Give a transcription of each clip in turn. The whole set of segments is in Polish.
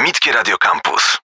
Akademickie Radio Campus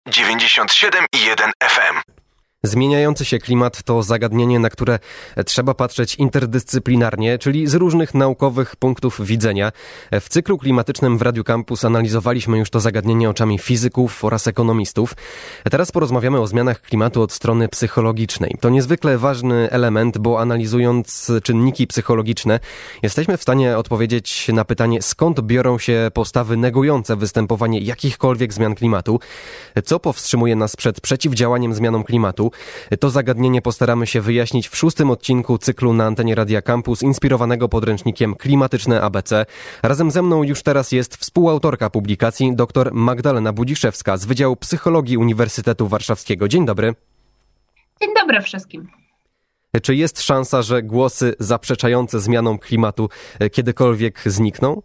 97,1 FM. Zmieniający się klimat to zagadnienie, na które trzeba patrzeć interdyscyplinarnie, czyli z różnych naukowych punktów widzenia. W cyklu klimatycznym w Radiu Campus analizowaliśmy już to zagadnienie oczami fizyków oraz ekonomistów. Teraz porozmawiamy o zmianach klimatu od strony psychologicznej. To niezwykle ważny element, bo analizując czynniki psychologiczne, jesteśmy w stanie odpowiedzieć na pytanie, skąd biorą się postawy negujące występowanie jakichkolwiek zmian klimatu, co powstrzymuje nas przed przeciwdziałaniem zmianom klimatu. To zagadnienie postaramy się wyjaśnić w 6. odcinku cyklu na antenie Radia Campus, inspirowanego podręcznikiem Klimatyczne ABC. Razem ze mną już teraz jest współautorka publikacji, dr Magdalena Budziszewska z Wydziału Psychologii Uniwersytetu Warszawskiego. Dzień dobry. Dzień dobry wszystkim. Czy jest szansa, że głosy zaprzeczające zmianom klimatu kiedykolwiek znikną?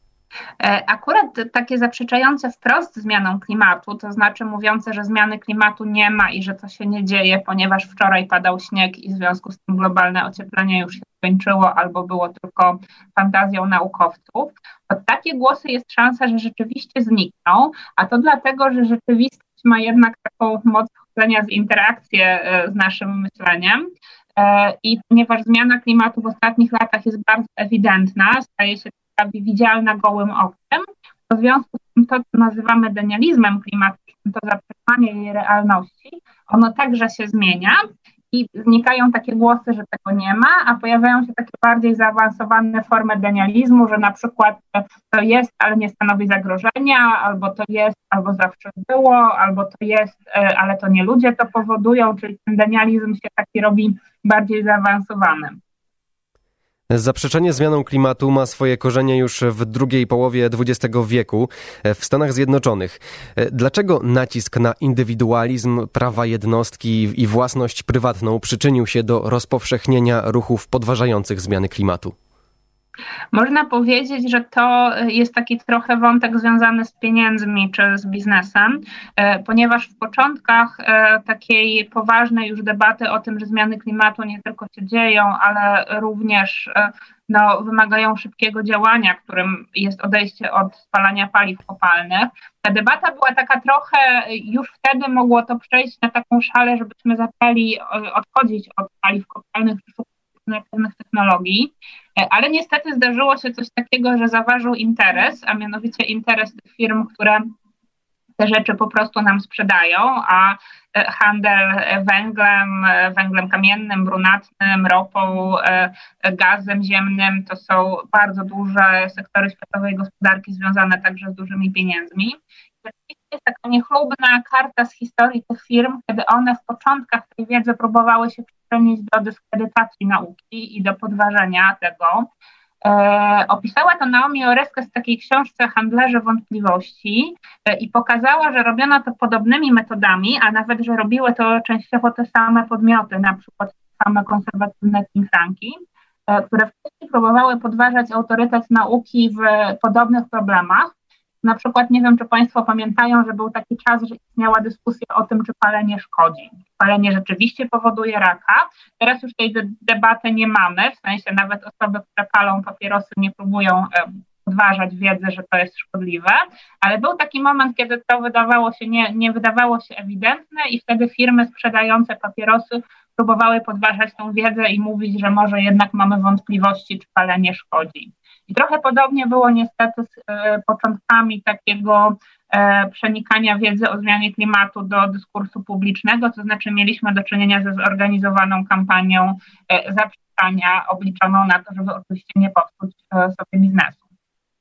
Akurat takie zaprzeczające wprost zmianom klimatu, to znaczy mówiące, że zmiany klimatu nie ma i że to się nie dzieje, ponieważ wczoraj padał śnieg i w związku z tym globalne ocieplenie już się skończyło albo było tylko fantazją naukowców, to takie głosy jest szansa, że rzeczywiście znikną, a to dlatego, że rzeczywistość ma jednak taką moc wchodzenia w interakcję z naszym myśleniem. I ponieważ zmiana klimatu w ostatnich latach jest bardzo ewidentna, staje się widzialna gołym okiem, to w związku z tym to, co nazywamy denializmem klimatycznym, to zaprzeczanie jej realności, ono także się zmienia i znikają takie głosy, że tego nie ma, a pojawiają się takie bardziej zaawansowane formy denializmu, że na przykład to jest, ale nie stanowi zagrożenia, albo to jest, albo zawsze było, albo to jest, ale to nie ludzie to powodują, czyli ten denializm się taki robi bardziej zaawansowany. Zaprzeczenie zmianom klimatu ma swoje korzenie już w drugiej połowie XX wieku w Stanach Zjednoczonych. Dlaczego nacisk na indywidualizm, prawa jednostki i własność prywatną przyczynił się do rozpowszechnienia ruchów podważających zmiany klimatu? Można powiedzieć, że to jest taki trochę wątek związany z pieniędzmi czy z biznesem, ponieważ w początkach takiej poważnej już debaty o tym, że zmiany klimatu nie tylko się dzieją, ale również wymagają szybkiego działania, którym jest odejście od spalania paliw kopalnych. Ta debata była taka trochę, już wtedy mogło to przejść na taką szalę, żebyśmy zaczęli odchodzić od paliw kopalnych czy pewnych technologii, ale niestety zdarzyło się coś takiego, że zaważył interes, a mianowicie interes tych firm, które te rzeczy po prostu nam sprzedają, a handel węglem kamiennym, brunatnym, ropą, gazem ziemnym to są bardzo duże sektory światowej gospodarki związane także z dużymi pieniędzmi. Jest taka niechlubna karta z historii tych firm, kiedy one w początkach tej wiedzy próbowały się przyczynić do dyskredytacji nauki i do podważenia tego. Opisała to Naomi Oreskes w takiej książce Handlarze wątpliwości i pokazała, że robiono to podobnymi metodami, a nawet, że robiły to częściowo te same podmioty, na przykład te same konserwatywne think tanki, które wcześniej próbowały podważać autorytet nauki w podobnych problemach. Na przykład nie wiem, czy Państwo pamiętają, że był taki czas, że istniała dyskusja o tym, czy palenie szkodzi. Palenie rzeczywiście powoduje raka. Teraz już tej debaty nie mamy, w sensie nawet osoby, które palą papierosy, nie próbują podważać wiedzy, że to jest szkodliwe, ale był taki moment, kiedy to wydawało się nie wydawało się ewidentne i wtedy firmy sprzedające papierosy próbowały podważać tą wiedzę i mówić, że może jednak mamy wątpliwości, czy palenie szkodzi. I trochę podobnie było niestety z początkami takiego przenikania wiedzy o zmianie klimatu do dyskursu publicznego, to znaczy mieliśmy do czynienia ze zorganizowaną kampanią zaprzeczania obliczoną na to, żeby oczywiście nie popsuć sobie biznesu.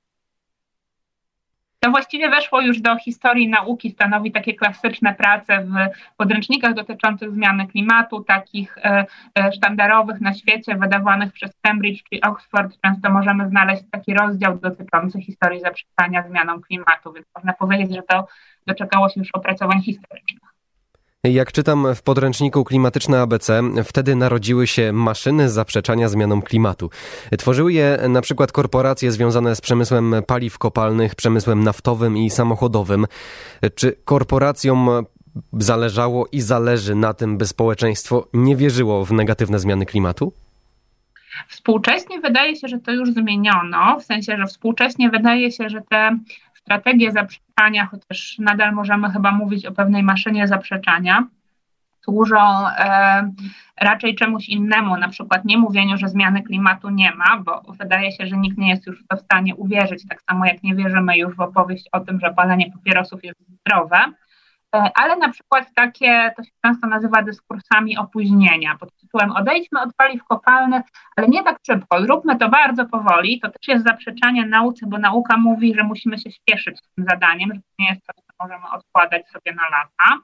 To właściwie weszło już do historii nauki, stanowi takie klasyczne prace w podręcznikach dotyczących zmiany klimatu, takich sztandarowych na świecie, wydawanych przez Cambridge czy Oxford. Często możemy znaleźć taki rozdział dotyczący historii zaprzeczania zmianom klimatu, więc można powiedzieć, że to doczekało się już opracowań historycznych. Jak czytam w podręczniku Klimatyczne ABC, wtedy narodziły się maszyny zaprzeczania zmianom klimatu. Tworzyły je na przykład korporacje związane z przemysłem paliw kopalnych, przemysłem naftowym i samochodowym. Czy korporacjom zależało i zależy na tym, by społeczeństwo nie wierzyło w negatywne zmiany klimatu? Współcześnie wydaje się, że to już zmieniono, w sensie, że współcześnie wydaje się, że te strategie zaprzeczania, chociaż nadal możemy chyba mówić o pewnej maszynie zaprzeczania, służą raczej czemuś innemu, na przykład nie mówieniu, że zmiany klimatu nie ma, bo wydaje się, że nikt nie jest już w stanie uwierzyć, tak samo jak nie wierzymy już w opowieść o tym, że palenie papierosów jest zdrowe, ale na przykład takie, to się często nazywa dyskursami opóźnienia, pod tytułem odejdźmy od paliw kopalnych, ale nie tak szybko, zróbmy to bardzo powoli, to też jest zaprzeczanie nauce, bo nauka mówi, że musimy się śpieszyć z tym zadaniem, że to nie jest coś, co możemy odkładać sobie na lata.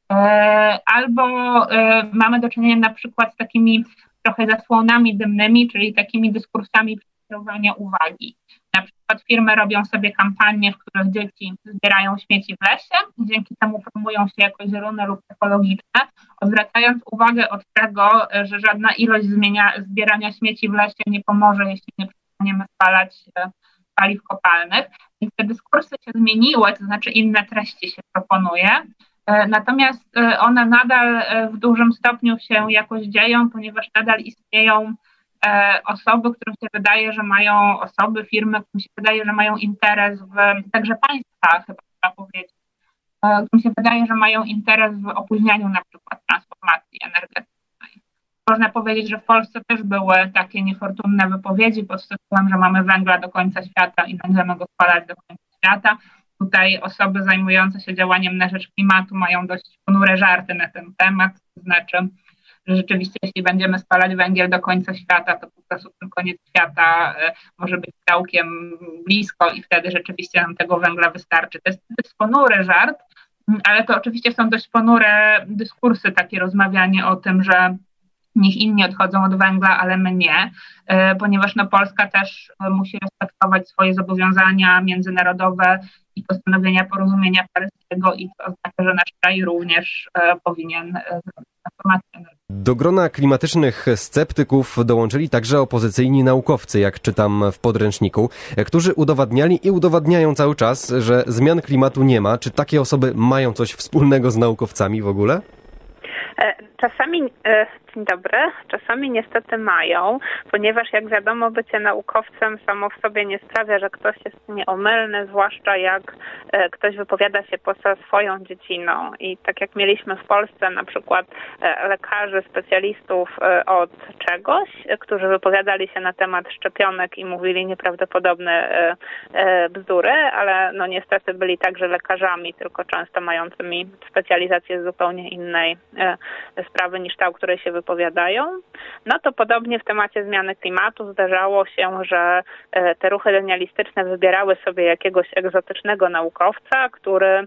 Albo mamy do czynienia na przykład z takimi trochę zasłonami dymnymi, czyli takimi dyskursami przyciągania uwagi. Na przykład firmy robią sobie kampanie, w których dzieci zbierają śmieci w lesie i dzięki temu promują się jako zielone lub ekologiczne, odwracając uwagę od tego, że żadna ilość zbierania śmieci w lesie nie pomoże, jeśli nie przestaniemy spalać paliw kopalnych. Więc te dyskursy się zmieniły, to znaczy inne treści się proponuje. Natomiast one nadal w dużym stopniu się jakoś dzieją, ponieważ nadal istnieją osoby, którym się wydaje, że mają firmy, którym się wydaje, że mają interes także państwa, chyba trzeba powiedzieć, którym się wydaje, że mają interes w opóźnianiu na przykład transformacji energetycznej. Można powiedzieć, że w Polsce też były takie niefortunne wypowiedzi pod tytułem, że mamy węgla do końca świata i będziemy go spalać do końca świata. Tutaj osoby zajmujące się działaniem na rzecz klimatu mają dość ponure żarty na ten temat, to znaczy, że rzeczywiście jeśli będziemy spalać węgiel do końca świata, to po prostu ten koniec świata może być całkiem blisko i wtedy rzeczywiście nam tego węgla wystarczy. To jest ponury żart, ale to oczywiście są dość ponure dyskursy, takie rozmawianie o tym, że niech inni odchodzą od węgla, ale my nie, ponieważ Polska też musi respektować swoje zobowiązania międzynarodowe i postanowienia porozumienia paryskiego i to oznacza, że nasz kraj również powinien zrobić transformację energetyczną. Do grona klimatycznych sceptyków dołączyli także opozycyjni naukowcy, jak czytam w podręczniku, którzy udowadniali i udowadniają cały czas, że zmian klimatu nie ma. Czy takie osoby mają coś wspólnego z naukowcami w ogóle? Czasami, dzień dobry, czasami niestety mają, ponieważ jak wiadomo, bycie naukowcem samo w sobie nie sprawia, że ktoś jest nieomylny, zwłaszcza jak ktoś wypowiada się poza swoją dziedziną. I tak jak mieliśmy w Polsce na przykład lekarzy, specjalistów od czegoś, którzy wypowiadali się na temat szczepionek i mówili nieprawdopodobne bzdury, ale niestety byli także lekarzami, tylko często mającymi specjalizację z zupełnie innej sprawy niż ta, o której się wypowiadają. To podobnie w temacie zmiany klimatu zdarzało się, że te ruchy denialistyczne wybierały sobie jakiegoś egzotycznego naukowca, który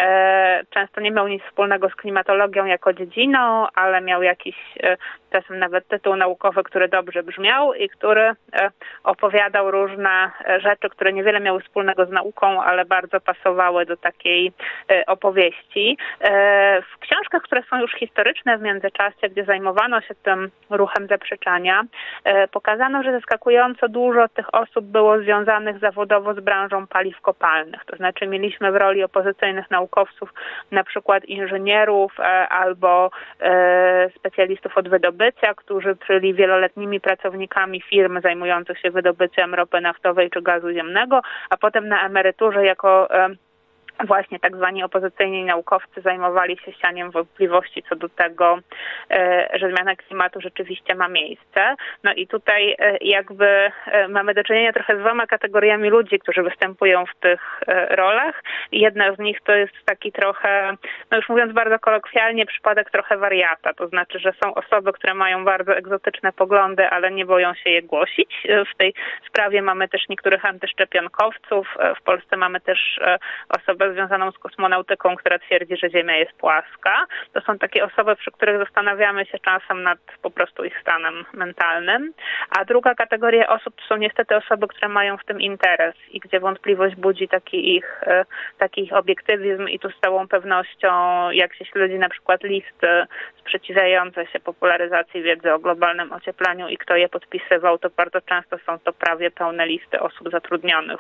często nie miał nic wspólnego z klimatologią jako dziedziną, ale miał jakiś czasem nawet tytuł naukowy, który dobrze brzmiał i który opowiadał różne rzeczy, które niewiele miały wspólnego z nauką, ale bardzo pasowały do takiej opowieści. W książkach, które są już historyczne w międzyczasie, gdzie zajmowano się tym ruchem zaprzeczania, pokazano, że zaskakująco dużo tych osób było związanych zawodowo z branżą paliw kopalnych. To znaczy mieliśmy w roli opozycyjnych naukowców na przykład inżynierów albo specjalistów od wydobycia, którzy byli wieloletnimi pracownikami firm zajmujących się wydobyciem ropy naftowej czy gazu ziemnego, a potem na emeryturze jako właśnie tak zwani opozycyjni naukowcy zajmowali się sianiem wątpliwości co do tego, że zmiana klimatu rzeczywiście ma miejsce. I tutaj jakby mamy do czynienia trochę z dwoma kategoriami ludzi, którzy występują w tych rolach. Jedna z nich to jest taki trochę, już mówiąc bardzo kolokwialnie, przypadek trochę wariata. To znaczy, że są osoby, które mają bardzo egzotyczne poglądy, ale nie boją się je głosić. W tej sprawie mamy też niektórych antyszczepionkowców. W Polsce mamy też osobę związaną z kosmonautyką, która twierdzi, że Ziemia jest płaska. To są takie osoby, przy których zastanawiamy się czasem nad po prostu ich stanem mentalnym. A druga kategoria osób to są niestety osoby, które mają w tym interes i gdzie wątpliwość budzi taki ich obiektywizm i tu z całą pewnością, jak się śledzi na przykład listy sprzeciwiające się popularyzacji wiedzy o globalnym ocieplaniu i kto je podpisywał, to bardzo często są to prawie pełne listy osób zatrudnionych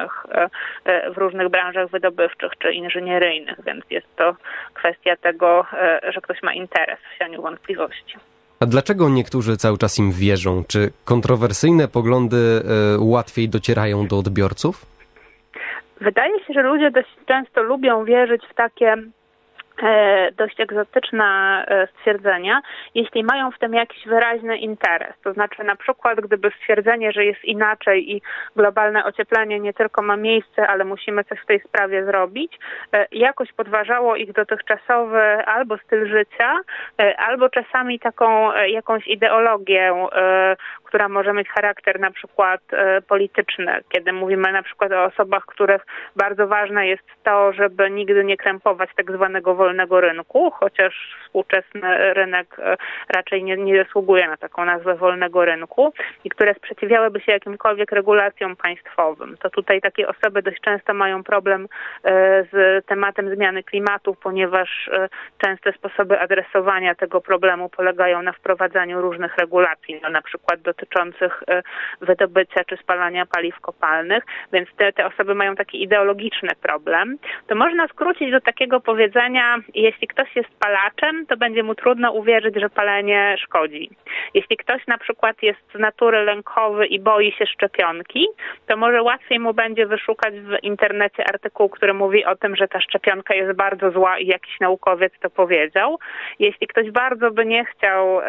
w różnych branżach wydobywczych czy inżynieryjnych, więc jest to kwestia tego, że ktoś ma interes w sianiu wątpliwości. A dlaczego niektórzy cały czas im wierzą? Czy kontrowersyjne poglądy łatwiej docierają do odbiorców? Wydaje się, że ludzie dość często lubią wierzyć w takie dość egzotyczne stwierdzenia, jeśli mają w tym jakiś wyraźny interes. To znaczy na przykład, gdyby stwierdzenie, że jest inaczej i globalne ocieplenie nie tylko ma miejsce, ale musimy coś w tej sprawie zrobić, jakoś podważało ich dotychczasowy albo styl życia, albo czasami taką jakąś ideologię, która może mieć charakter na przykład polityczny, kiedy mówimy na przykład o osobach, których bardzo ważne jest to, żeby nigdy nie krępować tak zwanego wolnego rynku, chociaż współczesny rynek raczej nie zasługuje na taką nazwę wolnego rynku i które sprzeciwiałyby się jakimkolwiek regulacjom państwowym. To tutaj takie osoby dość często mają problem z tematem zmiany klimatu, ponieważ częste sposoby adresowania tego problemu polegają na wprowadzaniu różnych regulacji, na przykład dotyczących wydobycia czy spalania paliw kopalnych, więc te osoby mają taki ideologiczny problem. To można skrócić do takiego powiedzenia, jeśli ktoś jest palaczem, to będzie mu trudno uwierzyć, że palenie szkodzi. Jeśli ktoś na przykład jest z natury lękowy i boi się szczepionki, to może łatwiej mu będzie wyszukać w internecie artykuł, który mówi o tym, że ta szczepionka jest bardzo zła i jakiś naukowiec to powiedział. Jeśli ktoś bardzo by nie chciał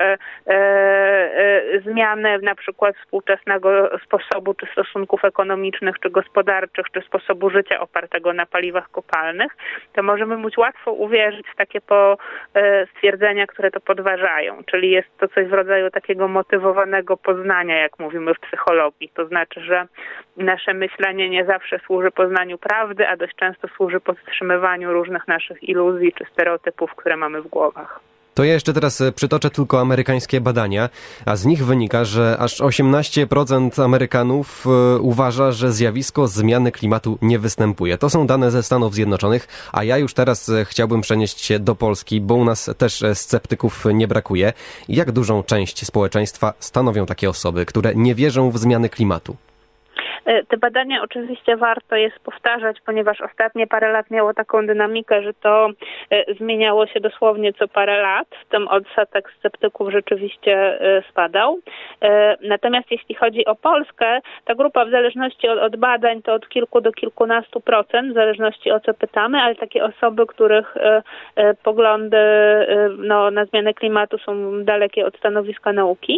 zmiany na przykład współczesnego sposobu czy stosunków ekonomicznych, czy gospodarczych, czy sposobu życia opartego na paliwach kopalnych, to możemy móc łatwo uwierzyć w takie stwierdzenia, które to podważają. Czyli jest to coś w rodzaju takiego motywowanego poznania, jak mówimy w psychologii. To znaczy, że nasze myślenie nie zawsze służy poznaniu prawdy, a dość często służy podtrzymywaniu różnych naszych iluzji czy stereotypów, które mamy w głowach. To ja jeszcze teraz przytoczę tylko amerykańskie badania, a z nich wynika, że aż 18% Amerykanów uważa, że zjawisko zmiany klimatu nie występuje. To są dane ze Stanów Zjednoczonych, a ja już teraz chciałbym przenieść się do Polski, bo u nas też sceptyków nie brakuje. Jak dużą część społeczeństwa stanowią takie osoby, które nie wierzą w zmiany klimatu? Te badania oczywiście warto jest powtarzać, ponieważ ostatnie parę lat miało taką dynamikę, że to zmieniało się dosłownie co parę lat. Ten odsetek sceptyków rzeczywiście spadał. Natomiast jeśli chodzi o Polskę, ta grupa w zależności od badań to od kilku do kilkunastu procent, w zależności o co pytamy, ale takie osoby, których poglądy na zmianę klimatu są dalekie od stanowiska nauki.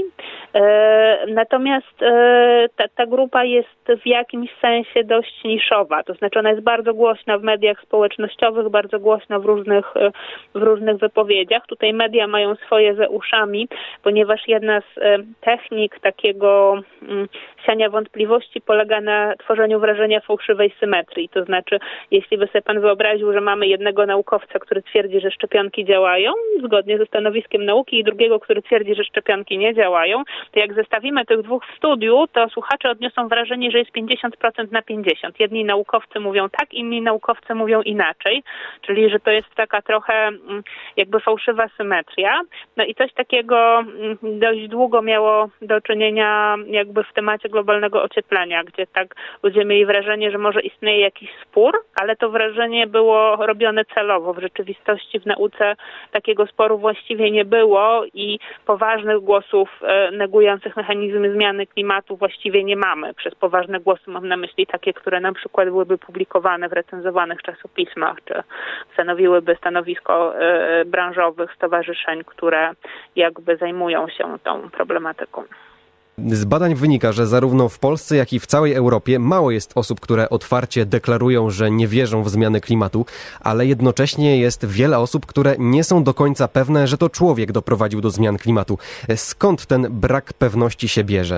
Natomiast ta grupa jest w jakimś sensie dość niszowa, to znaczy ona jest bardzo głośna w mediach społecznościowych, bardzo głośna w różnych wypowiedziach. Tutaj media mają swoje za uszami, ponieważ jedna z technik takiego siania wątpliwości polega na tworzeniu wrażenia fałszywej symetrii. To znaczy, jeśli by sobie pan wyobraził, że mamy jednego naukowca, który twierdzi, że szczepionki działają zgodnie ze stanowiskiem nauki i drugiego, który twierdzi, że szczepionki nie działają, to jak zestawimy tych dwóch w studiu, to słuchacze odniosą wrażenie, że jest 50% na 50%. Jedni naukowcy mówią tak, inni naukowcy mówią inaczej, czyli że to jest taka trochę jakby fałszywa symetria. No i coś takiego dość długo miało do czynienia jakby w temacie globalnego ocieplenia, gdzie tak ludzie mieli wrażenie, że może istnieje jakiś spór, ale to wrażenie było robione celowo. W rzeczywistości w nauce takiego sporu właściwie nie było i poważnych głosów negujących mechanizmy zmiany klimatu właściwie nie mamy. Przez poważne głosy mam na myśli takie, które na przykład byłyby publikowane w recenzowanych czasopismach, czy stanowiłyby stanowisko branżowych stowarzyszeń, które jakby zajmują się tą problematyką. Z badań wynika, że zarówno w Polsce, jak i w całej Europie mało jest osób, które otwarcie deklarują, że nie wierzą w zmianę klimatu, ale jednocześnie jest wiele osób, które nie są do końca pewne, że to człowiek doprowadził do zmian klimatu. Skąd ten brak pewności się bierze?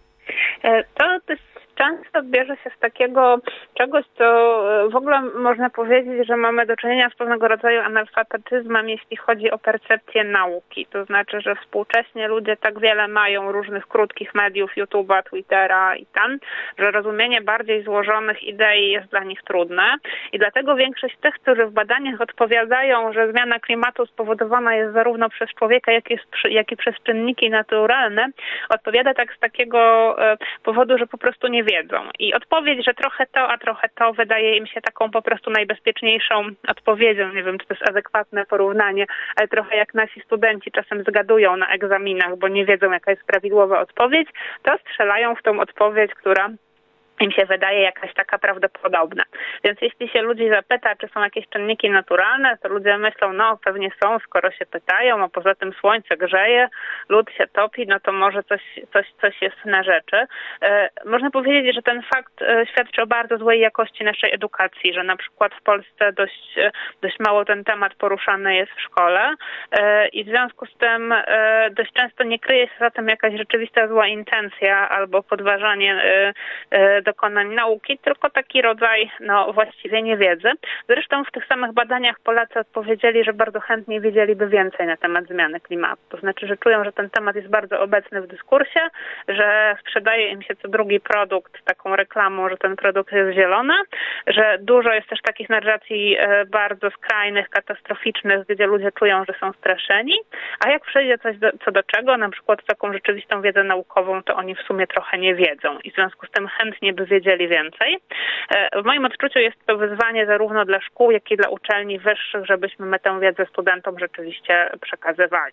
To często bierze się z takiego czegoś, co w ogóle można powiedzieć, że mamy do czynienia z pewnego rodzaju analfabetyzmem, jeśli chodzi o percepcję nauki. To znaczy, że współcześnie ludzie tak wiele mają różnych krótkich mediów, YouTube'a, Twittera i tam, że rozumienie bardziej złożonych idei jest dla nich trudne i dlatego większość tych, którzy w badaniach odpowiadają, że zmiana klimatu spowodowana jest zarówno przez człowieka, jak i przez czynniki naturalne, odpowiada tak z takiego powodu, że po prostu nie wiedzą. I odpowiedź, że trochę to, a trochę to wydaje im się taką po prostu najbezpieczniejszą odpowiedzią. Nie wiem, czy to jest adekwatne porównanie, ale trochę jak nasi studenci czasem zgadują na egzaminach, bo nie wiedzą, jaka jest prawidłowa odpowiedź, to strzelają w tą odpowiedź, która im się wydaje jakaś taka prawdopodobna. Więc jeśli się ludzi zapyta, czy są jakieś czynniki naturalne, to ludzie myślą, no pewnie są, skoro się pytają, a poza tym słońce grzeje, lód się topi, no to może coś jest na rzeczy. Można powiedzieć, że ten fakt świadczy o bardzo złej jakości naszej edukacji, że na przykład w Polsce dość mało ten temat poruszany jest w szkole i w związku z tym dość często nie kryje się za tym jakaś rzeczywista zła intencja albo podważanie dokonań nauki, tylko taki rodzaj właściwie niewiedzy. Zresztą w tych samych badaniach Polacy odpowiedzieli, że bardzo chętnie wiedzieliby więcej na temat zmiany klimatu. To znaczy, że czują, że ten temat jest bardzo obecny w dyskursie, że sprzedaje im się co drugi produkt taką reklamą, że ten produkt jest zielony, że dużo jest też takich narracji bardzo skrajnych, katastroficznych, gdzie ludzie czują, że są straszeni, a jak przejdzie coś co do czego, na przykład taką rzeczywistą wiedzę naukową, to oni w sumie trochę nie wiedzą i w związku z tym chętnie by wiedzieli więcej. W moim odczuciu jest to wyzwanie zarówno dla szkół, jak i dla uczelni wyższych, żebyśmy my tę wiedzę studentom rzeczywiście przekazywali.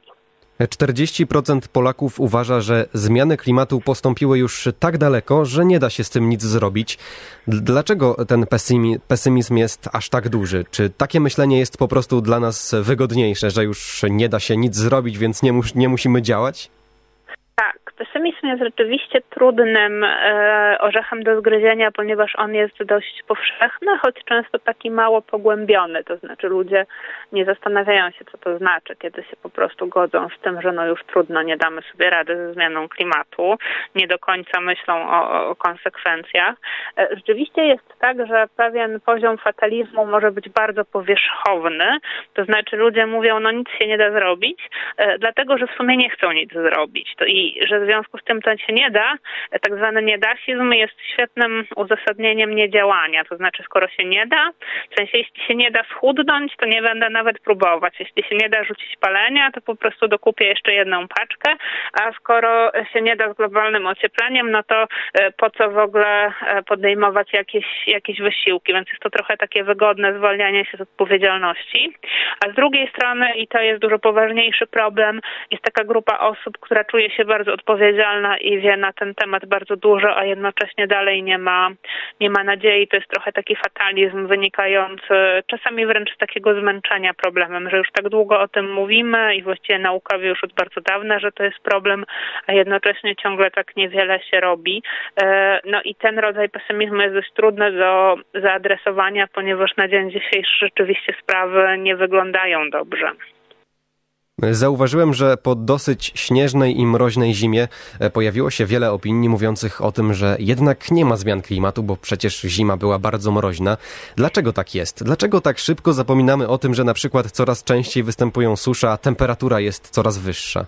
40% Polaków uważa, że zmiany klimatu postąpiły już tak daleko, że nie da się z tym nic zrobić. Dlaczego ten pesymizm jest aż tak duży? Czy takie myślenie jest po prostu dla nas wygodniejsze, że już nie da się nic zrobić, więc nie musimy działać? Tak, pesymizm jest rzeczywiście trudnym orzechem do zgryzienia, ponieważ on jest dość powszechny, choć często taki mało pogłębiony. To znaczy ludzie nie zastanawiają się, co to znaczy, kiedy się po prostu godzą z tym, że już trudno, nie damy sobie rady ze zmianą klimatu, nie do końca myślą o konsekwencjach. Rzeczywiście jest tak, że pewien poziom fatalizmu może być bardzo powierzchowny, to znaczy ludzie mówią, nic się nie da zrobić, dlatego że w sumie nie chcą nic zrobić. I że w związku z tym to się nie da, tak zwany niedasizm jest świetnym uzasadnieniem niedziałania. To znaczy, skoro się nie da, w sensie jeśli się nie da schudnąć, to nie będę nawet próbować. Jeśli się nie da rzucić palenia, to po prostu dokupię jeszcze jedną paczkę, a skoro się nie da z globalnym ociepleniem, no to po co w ogóle podejmować jakieś wysiłki? Więc jest to trochę takie wygodne zwalnianie się z odpowiedzialności. A z drugiej strony, i to jest dużo poważniejszy problem, jest taka grupa osób, która czuje się bardzo odpowiedzialna i wie na ten temat bardzo dużo, a jednocześnie dalej nie ma nadziei. To jest trochę taki fatalizm wynikający czasami wręcz z takiego zmęczenia problemem, że już tak długo o tym mówimy i właściwie nauka wie już od bardzo dawna, że to jest problem, a jednocześnie ciągle tak niewiele się robi. I ten rodzaj pesymizmu jest dość trudny do zaadresowania, ponieważ na dzień dzisiejszy rzeczywiście sprawy nie wyglądają dobrze. Zauważyłem, że po dosyć śnieżnej i mroźnej zimie pojawiło się wiele opinii mówiących o tym, że jednak nie ma zmian klimatu, bo przecież zima była bardzo mroźna. Dlaczego tak jest? Dlaczego tak szybko zapominamy o tym, że na przykład coraz częściej występują susze, a temperatura jest coraz wyższa?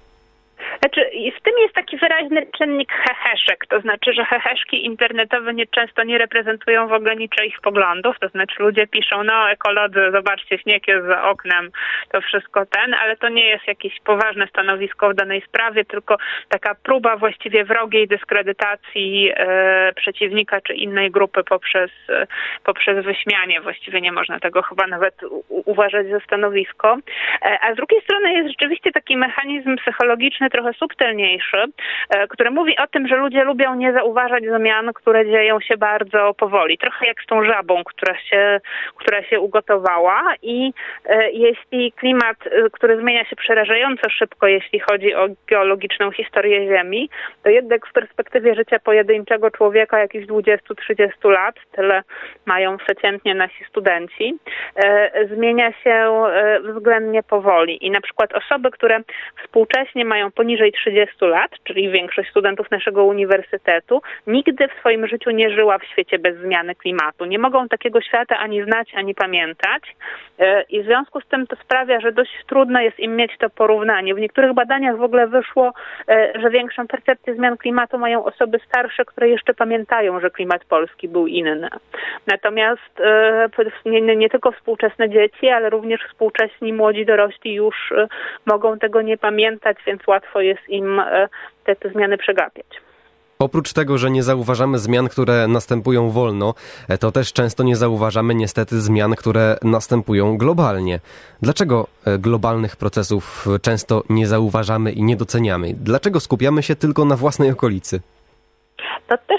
W tym jest taki wyraźny czynnik heheszek, to znaczy, że heheszki internetowe często nie reprezentują w ogóle niczyich poglądów, to znaczy ludzie piszą, ekolodzy, zobaczcie, śnieg jest za oknem, to wszystko ale to nie jest jakieś poważne stanowisko w danej sprawie, tylko taka próba właściwie wrogiej dyskredytacji przeciwnika czy innej grupy poprzez wyśmianie. Właściwie nie można tego chyba nawet uważać za stanowisko. A z drugiej strony jest rzeczywiście taki mechanizm psychologiczny trochę subtelniejszy, który mówi o tym, że ludzie lubią nie zauważać zmian, które dzieją się bardzo powoli. Trochę jak z tą żabą, która się ugotowała i jeśli klimat, który zmienia się przerażająco szybko, jeśli chodzi o geologiczną historię Ziemi, to jednak w perspektywie życia pojedynczego człowieka jakichś 20-30 lat, tyle mają przeciętnie nasi studenci, zmienia się względnie powoli. I na przykład osoby, które współcześnie mają poniżej 30 lat, czyli większość studentów naszego uniwersytetu, nigdy w swoim życiu nie żyła w świecie bez zmiany klimatu. Nie mogą takiego świata ani znać, ani pamiętać. I w związku z tym to sprawia, że dość trudno jest im mieć to porównanie. W niektórych badaniach w ogóle wyszło, że większą percepcję zmian klimatu mają osoby starsze, które jeszcze pamiętają, że klimat polski był inny. Natomiast nie tylko współczesne dzieci, ale również współcześni młodzi dorośli już mogą tego nie pamiętać, więc łatwo jest im te zmiany przegapiać. Oprócz tego, że nie zauważamy zmian, które następują wolno, to też często nie zauważamy niestety zmian, które następują globalnie. Dlaczego globalnych procesów często nie zauważamy i nie doceniamy? Dlaczego skupiamy się tylko na własnej okolicy? To też jest taki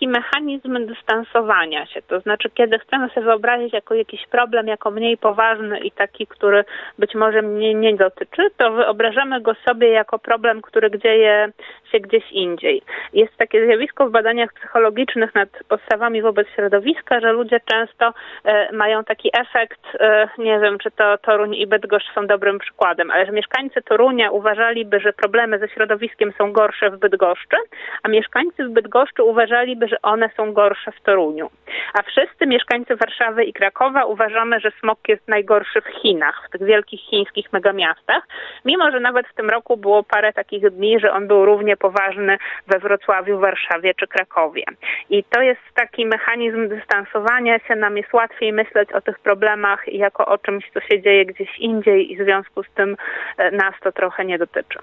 taki mechanizm dystansowania się. To znaczy, kiedy chcemy sobie wyobrazić jako jakiś problem, jako mniej poważny i taki, który być może mnie nie dotyczy, to wyobrażamy go sobie jako problem, który dzieje się gdzieś indziej. Jest takie zjawisko w badaniach psychologicznych nad postawami wobec środowiska, że ludzie często mają taki efekt, nie wiem, czy to Toruń i Bydgoszcz są dobrym przykładem, ale że mieszkańcy Torunia uważaliby, że problemy ze środowiskiem są gorsze w Bydgoszczy, a mieszkańcy w Bydgoszczy uważaliby, że one są gorsze w Toruniu. A wszyscy mieszkańcy Warszawy i Krakowa uważamy, że smog jest najgorszy w Chinach, w tych wielkich chińskich megamiastach, mimo że nawet w tym roku było parę takich dni, że on był równie poważny we Wrocławiu, Warszawie czy Krakowie. I to jest taki mechanizm dystansowania się, nam jest łatwiej myśleć o tych problemach jako o czymś, co się dzieje gdzieś indziej i w związku z tym nas to trochę nie dotyczy.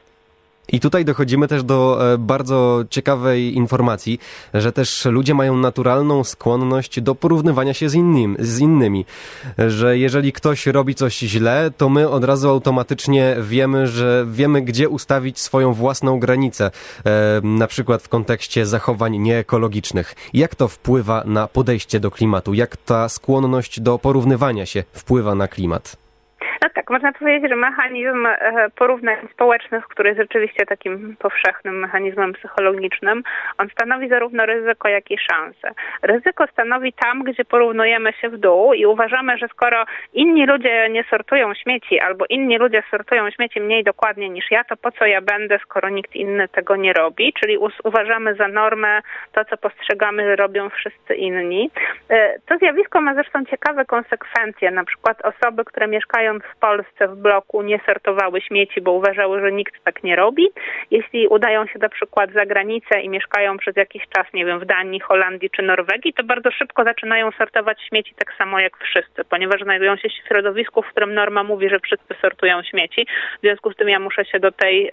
I tutaj dochodzimy też do bardzo ciekawej informacji, że też ludzie mają naturalną skłonność do porównywania się z innymi. Że jeżeli ktoś robi coś źle, to my od razu automatycznie wiemy, gdzie ustawić swoją własną granicę. Na przykład w kontekście zachowań nieekologicznych. Jak to wpływa na podejście do klimatu? Jak ta skłonność do porównywania się wpływa na klimat? No tak, można powiedzieć, że mechanizm porównań społecznych, który jest rzeczywiście takim powszechnym mechanizmem psychologicznym, on stanowi zarówno ryzyko, jak i szansę. Ryzyko stanowi tam, gdzie porównujemy się w dół i uważamy, że skoro inni ludzie nie sortują śmieci albo inni ludzie sortują śmieci mniej dokładnie niż ja, to po co ja będę, skoro nikt inny tego nie robi, czyli uważamy za normę to, co postrzegamy, że robią wszyscy inni. To zjawisko ma zresztą ciekawe konsekwencje, na przykład osoby, które mieszkają w Polsce w bloku nie sortowały śmieci, bo uważały, że nikt tak nie robi. Jeśli udają się na przykład za granicę i mieszkają przez jakiś czas, nie wiem, w Danii, Holandii czy Norwegii, to bardzo szybko zaczynają sortować śmieci tak samo jak wszyscy, ponieważ znajdują się w środowisku, w którym norma mówi, że wszyscy sortują śmieci. W związku z tym ja muszę się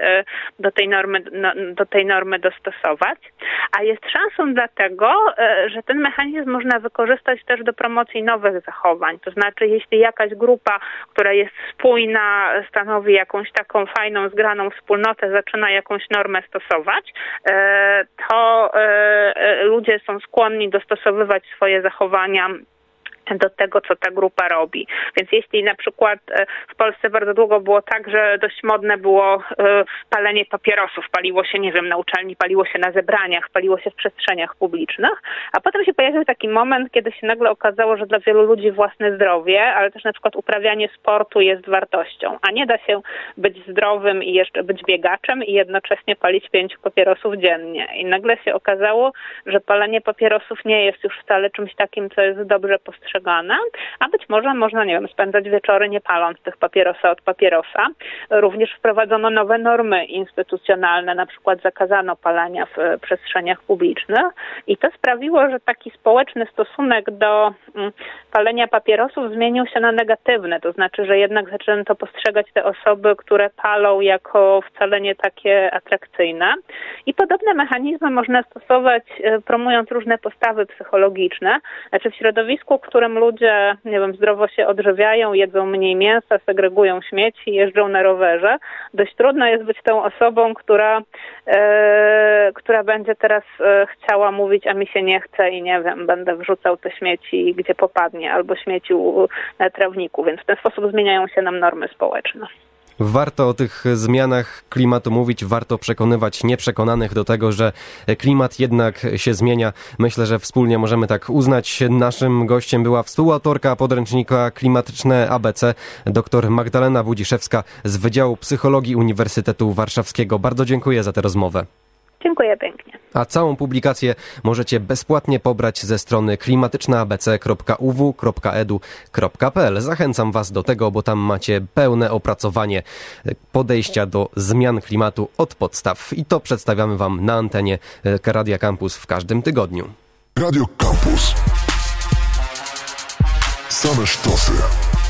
do tej normy dostosować. A jest szansą dlatego, że ten mechanizm można wykorzystać też do promocji nowych zachowań. To znaczy, jeśli jakaś grupa, która jest spójna, stanowi jakąś taką fajną, zgraną wspólnotę, zaczyna jakąś normę stosować, to ludzie są skłonni dostosowywać swoje zachowania do tego, co ta grupa robi. Więc jeśli na przykład w Polsce bardzo długo było tak, że dość modne było palenie papierosów, paliło się, nie wiem, na uczelni, paliło się na zebraniach, paliło się w przestrzeniach publicznych, a potem się pojawił taki moment, kiedy się nagle okazało, że dla wielu ludzi własne zdrowie, ale też na przykład uprawianie sportu jest wartością, a nie da się być zdrowym i jeszcze być biegaczem i jednocześnie palić 5 papierosów dziennie. I nagle się okazało, że palenie papierosów nie jest już wcale czymś takim, co jest dobrze postrzegane, a być może można, nie wiem, spędzać wieczory nie paląc tych papierosa od papierosa. Również wprowadzono nowe normy instytucjonalne, na przykład zakazano palenia w przestrzeniach publicznych i to sprawiło, że taki społeczny stosunek do palenia papierosów zmienił się na negatywny, to znaczy, że jednak zaczęto postrzegać te osoby, które palą, jako wcale nie takie atrakcyjne. I podobne mechanizmy można stosować, promując różne postawy psychologiczne. Znaczy w środowisku, w którym ludzie, nie wiem, zdrowo się odżywiają, jedzą mniej mięsa, segregują śmieci, jeżdżą na rowerze, dość trudno jest być tą osobą, która będzie teraz chciała mówić, a mi się nie chce i nie wiem, będę wrzucał te śmieci gdzie popadnie, albo śmiecił na trawniku, więc w ten sposób zmieniają się nam normy społeczne. Warto o tych zmianach klimatu mówić, warto przekonywać nieprzekonanych do tego, że klimat jednak się zmienia. Myślę, że wspólnie możemy tak uznać. Naszym gościem była współautorka podręcznika Klimatyczne ABC, dr Magdalena Budziszewska z Wydziału Psychologii Uniwersytetu Warszawskiego. Bardzo dziękuję za tę rozmowę. Dziękuję pięknie. A całą publikację możecie bezpłatnie pobrać ze strony klimatyczneabc.uw.edu.pl. Zachęcam Was do tego, bo tam macie pełne opracowanie podejścia do zmian klimatu od podstaw. I to przedstawiamy Wam na antenie Radia Campus w każdym tygodniu. Radio Campus. Same sztosy.